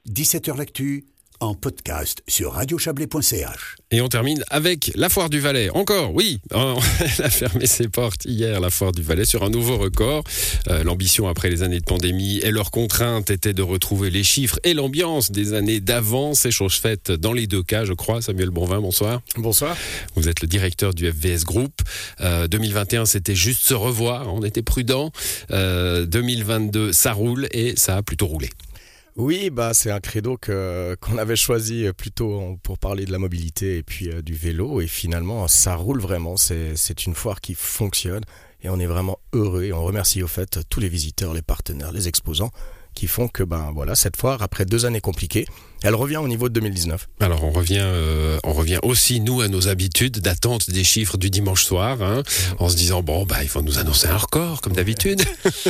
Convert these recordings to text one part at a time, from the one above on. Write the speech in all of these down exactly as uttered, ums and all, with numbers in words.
dix-sept heures L'actu, en podcast sur radio chablais point c h. Et on termine avec la Foire du Valais. Encore, oui, elle a fermé ses portes hier, la Foire du Valais, sur un nouveau record. Euh, l'ambition après les années de pandémie et leurs contraintes était de retrouver les chiffres et l'ambiance des années d'avant. C'est chose faite dans les deux cas, je crois. Samuel Bonvin, bonsoir. Bonsoir. Vous êtes le directeur du F V S Group. Euh, deux mille vingt et un, c'était juste se revoir, on était prudents. Euh, deux mille vingt-deux, ça roule et ça a plutôt roulé. Oui, bah c'est un credo que qu'on avait choisi plutôt pour parler de la mobilité et puis euh, du vélo, et finalement ça roule vraiment. C'est c'est une foire qui fonctionne et on est vraiment heureux, et on remercie au fait tous les visiteurs, les partenaires, les exposants qui font que ben voilà, cette foire, après deux années compliquées, elle revient au niveau de deux mille dix-neuf. Alors on revient, euh, on revient aussi nous à nos habitudes d'attente des chiffres du dimanche soir, hein, mmh. en se disant bon bah il faut nous annoncer un record comme d'habitude.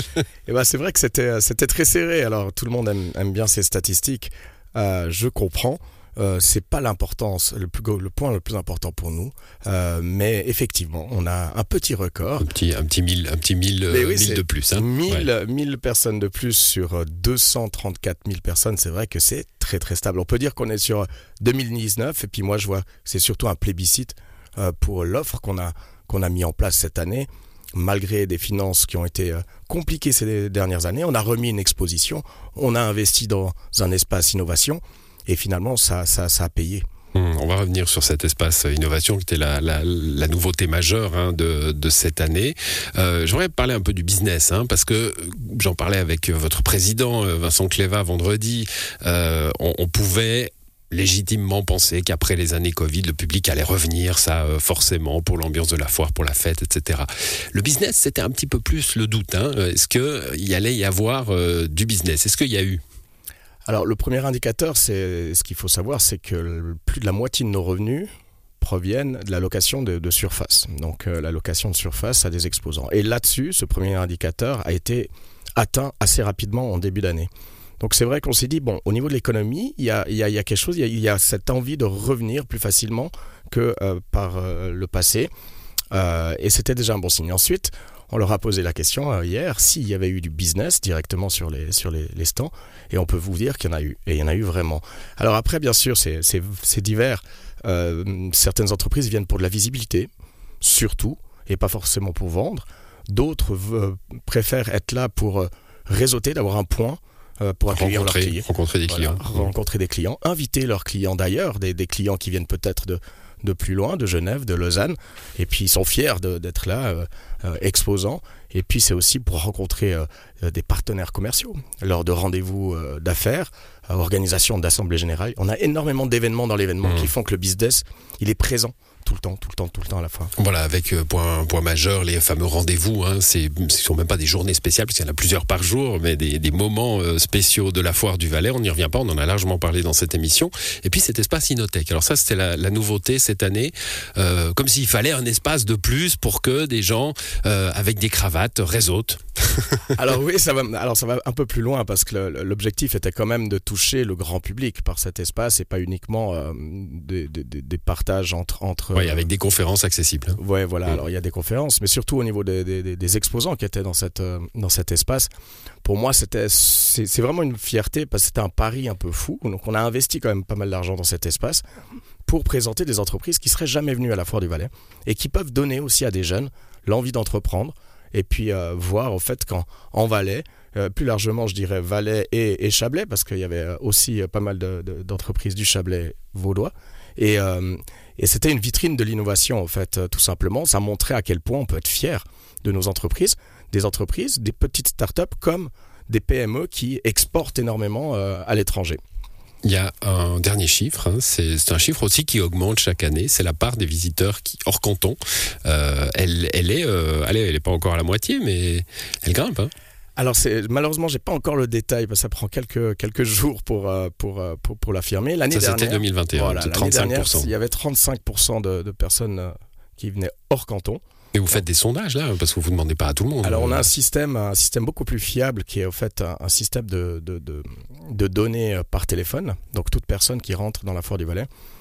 Et ben c'est vrai que c'était c'était très serré. Alors tout le monde aime, aime bien ces statistiques. Euh, je comprends. Euh, c'est pas l'importance, le, plus, le point le plus important pour nous, euh, mais effectivement, on a un petit record. Un petit, un petit mille, un petit mille, euh, oui, mille de plus. Hein. mille, ouais. mille personnes de plus sur deux cent trente-quatre mille personnes, c'est vrai que c'est très très stable. On peut dire qu'on est sur deux mille dix-neuf, et puis moi je vois que c'est surtout un plébiscite euh, pour l'offre qu'on a, qu'on a mis en place cette année. Malgré des finances qui ont été euh, compliquées ces dernières années, on a remis une exposition, on a investi dans un espace innovation. Et finalement, ça, ça, ça a payé. Mmh, on va revenir sur cet espace innovation qui était la, la, la nouveauté majeure hein, de, de cette année. Euh, j'aimerais parler un peu du business, hein, parce que j'en parlais avec votre président, Vincent Cléva, vendredi. Euh, on, on pouvait légitimement penser qu'après les années Covid, le public allait revenir, ça euh, forcément, pour l'ambiance de la foire, pour la fête, et cetera. Le business, c'était un petit peu plus le doute. Hein. Est-ce qu'il allait y avoir euh, du business ? Est-ce qu'il y a eu ? Alors le premier indicateur, c'est ce qu'il faut savoir, c'est que plus de la moitié de nos revenus proviennent de la location de, de surface. Donc euh, la location de surface à des exposants. Et là-dessus, ce premier indicateur a été atteint assez rapidement en début d'année. Donc c'est vrai qu'on s'est dit, bon, au niveau de l'économie, il y a, il y a, il y a quelque chose, il y a, il y a cette envie de revenir plus facilement que euh, par euh, le passé. Euh, et c'était déjà un bon signe. Ensuite, on leur a posé la question euh, hier s'il y avait eu du business directement sur les, sur les, les stands, et on peut vous dire qu'il y en a eu, et il y en a eu vraiment. Alors après, bien sûr, c'est, c'est, c'est divers. Euh, certaines entreprises viennent pour de la visibilité, surtout, et pas forcément pour vendre. D'autres euh, préfèrent être là pour euh, réseauter, d'avoir un point euh, pour accueillir leurs clients. Rencontrer des clients. Voilà, rencontrer des clients, inviter leurs clients d'ailleurs, des, des clients qui viennent peut-être de... de plus loin, de Genève, de Lausanne, et puis ils sont fiers de, d'être là, euh, euh, exposants, et puis c'est aussi pour rencontrer euh, des partenaires commerciaux, lors de rendez-vous euh, d'affaires, euh, organisation d'assemblées générales. On a énormément d'événements dans l'événement mmh. qui font que le business, il est présent tout le temps, tout le temps, tout le temps à la fois. Voilà, avec euh, point, point majeur, les fameux rendez-vous, hein, c'est, ce ne sont même pas des journées spéciales, parce qu'il y en a plusieurs par jour, mais des, des moments euh, spéciaux de la Foire du Valais, on n'y revient pas, on en a largement parlé dans cette émission. Et puis cet espace Innotech, alors ça c'était la, la nouveauté cette année, euh, comme s'il fallait un espace de plus pour que des gens euh, avec des cravates réseautent. Alors oui, ça va, alors ça va un peu plus loin, parce que le, l'objectif était quand même de toucher le grand public par cet espace, et pas uniquement euh, des, des, des partages entre... entre Oui, avec des conférences accessibles. Hein. Oui, voilà, mmh. alors il y a des conférences, mais surtout au niveau des, des, des exposants qui étaient dans, cette, euh, dans cet espace. Pour moi, c'était, c'est, c'est vraiment une fierté, parce que c'était un pari un peu fou. Donc on a investi quand même pas mal d'argent dans cet espace pour présenter des entreprises qui ne seraient jamais venues à la Foire du Valais, et qui peuvent donner aussi à des jeunes l'envie d'entreprendre, et puis euh, voir au fait qu'en en Valais, euh, plus largement je dirais Valais et, et Chablais, parce qu'il y avait aussi pas mal de, de, d'entreprises du Chablais vaudois, et, euh, et c'était une vitrine de l'innovation en fait, tout simplement. Ça montrait à quel point on peut être fier de nos entreprises, des entreprises, des petites startups comme des P M E qui exportent énormément euh, à l'étranger. Il y a un dernier chiffre, hein, c'est, c'est un chiffre aussi qui augmente chaque année, c'est la part des visiteurs qui, hors canton. Euh, elle, elle est, euh, allez, elle est pas encore à la moitié, mais elle grimpe. Hein. Alors c'est, malheureusement, j'ai pas encore le détail, parce que ça prend quelques quelques jours pour pour pour, pour l'affirmer. L'année ça, dernière, c'était deux mille vingt et un, voilà, c'est l'année trente-cinq pour cent. Dernière, il y avait trente-cinq pour cent de, de personnes qui venaient hors canton. Et vous faites des sondages là, parce que vous ne demandez pas à tout le monde. Alors on a un système, un système beaucoup plus fiable, qui est au fait un, un système de, de, de, de données par téléphone. Donc toute personne qui rentre dans la Foire du Valais,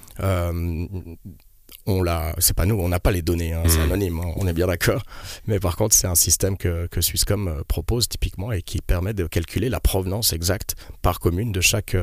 euh, on l'a, c'est pas nous, on n'a pas les données, hein, mmh. c'est anonyme, hein, on est bien d'accord. Mais par contre, c'est un système que, que Swisscom propose typiquement, et qui permet de calculer la provenance exacte par commune de chaque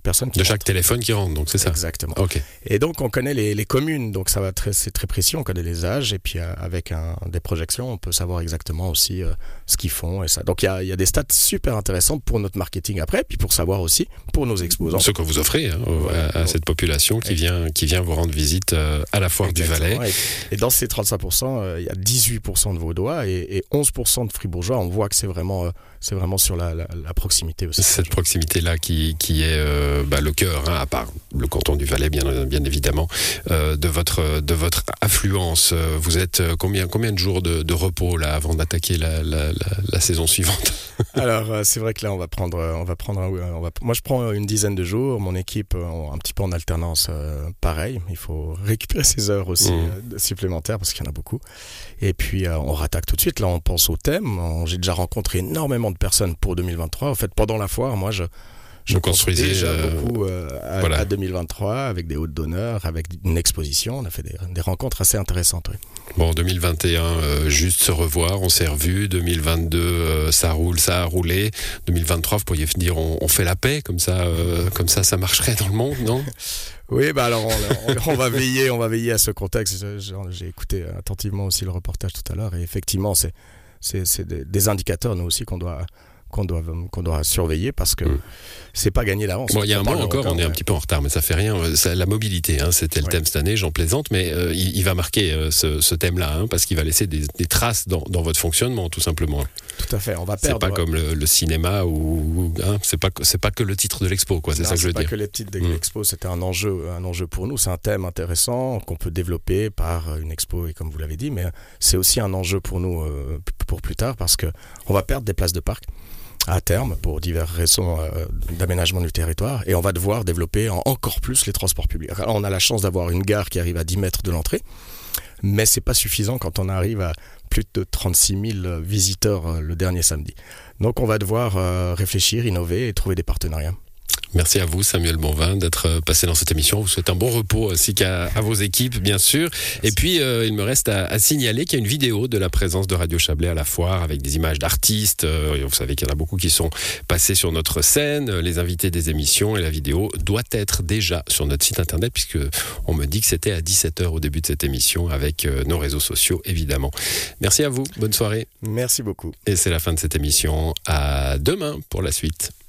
personne qui De rentre. chaque téléphone qui rentre, donc c'est ça. Exactement. Ok. Et donc on connaît les, les communes, donc ça va très, c'est très précis, on connaît les âges, et puis euh, avec un, des projections, on peut savoir exactement aussi euh, ce qu'ils font et ça. Donc il y a, il y a des stats super intéressantes pour notre marketing après, puis pour savoir aussi pour nos exposants. Ce que vous offrez hein, Ouais. à, à cette population qui vient, qui vient vous rendre visite euh, à la foire Exactement. du Valais. Et, et dans ces trente-cinq pour cent, euh, il y a dix-huit pour cent de Vaudois et, et onze pour cent de Fribourgeois. On voit que c'est vraiment, euh, c'est vraiment sur la, la, la proximité aussi. Cette proximité-là qui, qui est euh, bah, le cœur, hein, à part le canton du Valais, bien, bien évidemment, euh, de, votre, de votre affluence. Vous êtes euh, combien, combien de jours de, de repos là, avant d'attaquer la, la, la, la saison suivante? Alors, euh, c'est vrai que là, on va prendre, euh, on va prendre, un, on va, moi, je prends une dizaine de jours. Mon équipe, euh, un petit peu en alternance, euh, pareil. Il faut récupérer ses heures aussi Mmh. euh, supplémentaires parce qu'il y en a beaucoup. Et puis, euh, on rattaque tout de suite. Là, on pense au thème. On- J'ai déjà rencontré énormément de personnes pour deux mille vingt-trois. En fait, pendant la foire, moi, je Je Vous pense construisez, déjà euh, beaucoup euh, à, voilà. à deux mille vingt-trois avec des hôtes d'honneur, avec une exposition. On a fait des, des rencontres assez intéressantes. Oui. Bon, deux mille vingt et un, euh, juste se revoir, on s'est revus. deux mille vingt-deux, euh, ça roule, ça a roulé. deux mille vingt-trois, vous pourriez dire, on, on fait la paix, comme ça, euh, comme ça, ça marcherait dans le monde, non? Oui, bah alors on, on, on va veiller, on va veiller à ce contexte. J'ai, j'ai écouté attentivement aussi le reportage tout à l'heure, et effectivement, c'est, c'est, c'est des, des indicateurs nous aussi qu'on doit. Qu'on doit, qu'on doit surveiller parce que mmh. c'est pas gagné d'avance. Bon, il y a un mois encore, on est un ouais. petit peu en retard, mais ça fait rien. Ça, la mobilité, hein, c'était le ouais. thème cette année, j'en plaisante, mais euh, il, il va marquer euh, ce, ce thème-là, hein, parce qu'il va laisser des, des traces dans, dans votre fonctionnement, tout simplement. Tout à fait, on va perdre. C'est pas comme le, le cinéma ou hein, c'est pas c'est pas que le titre de l'expo, quoi. C'est non, ça que je veux dire. C'est dire. pas que les titres de mmh. l'expo, c'était un enjeu, un enjeu pour nous. C'est un thème intéressant qu'on peut développer par une expo, et comme vous l'avez dit, mais c'est aussi un enjeu pour nous euh, pour plus tard parce que on va perdre des places de parc à terme pour diverses raisons euh, d'aménagement du territoire et on va devoir développer en, encore plus les transports publics. Alors, on a la chance d'avoir une gare qui arrive à dix mètres de l'entrée, mais c'est pas suffisant quand on arrive à plus de trente-six mille visiteurs euh, le dernier samedi. Donc on va devoir euh, réfléchir, innover et trouver des partenariats. Merci à vous, Samuel Bonvin, d'être passé dans cette émission. Je vous souhaite un bon repos ainsi qu'à à vos équipes, bien sûr. Merci. Et puis, euh, il me reste à, à signaler qu'il y a une vidéo de la présence de Radio Chablais à la foire avec des images d'artistes. Euh, vous savez qu'il y en a beaucoup qui sont passés sur notre scène, les invités des émissions. Et la vidéo doit être déjà sur notre site internet puisque on me dit que c'était à dix-sept heures au début de cette émission avec euh, nos réseaux sociaux, évidemment. Merci à vous. Bonne soirée. Merci beaucoup. Et c'est la fin de cette émission. À demain pour la suite.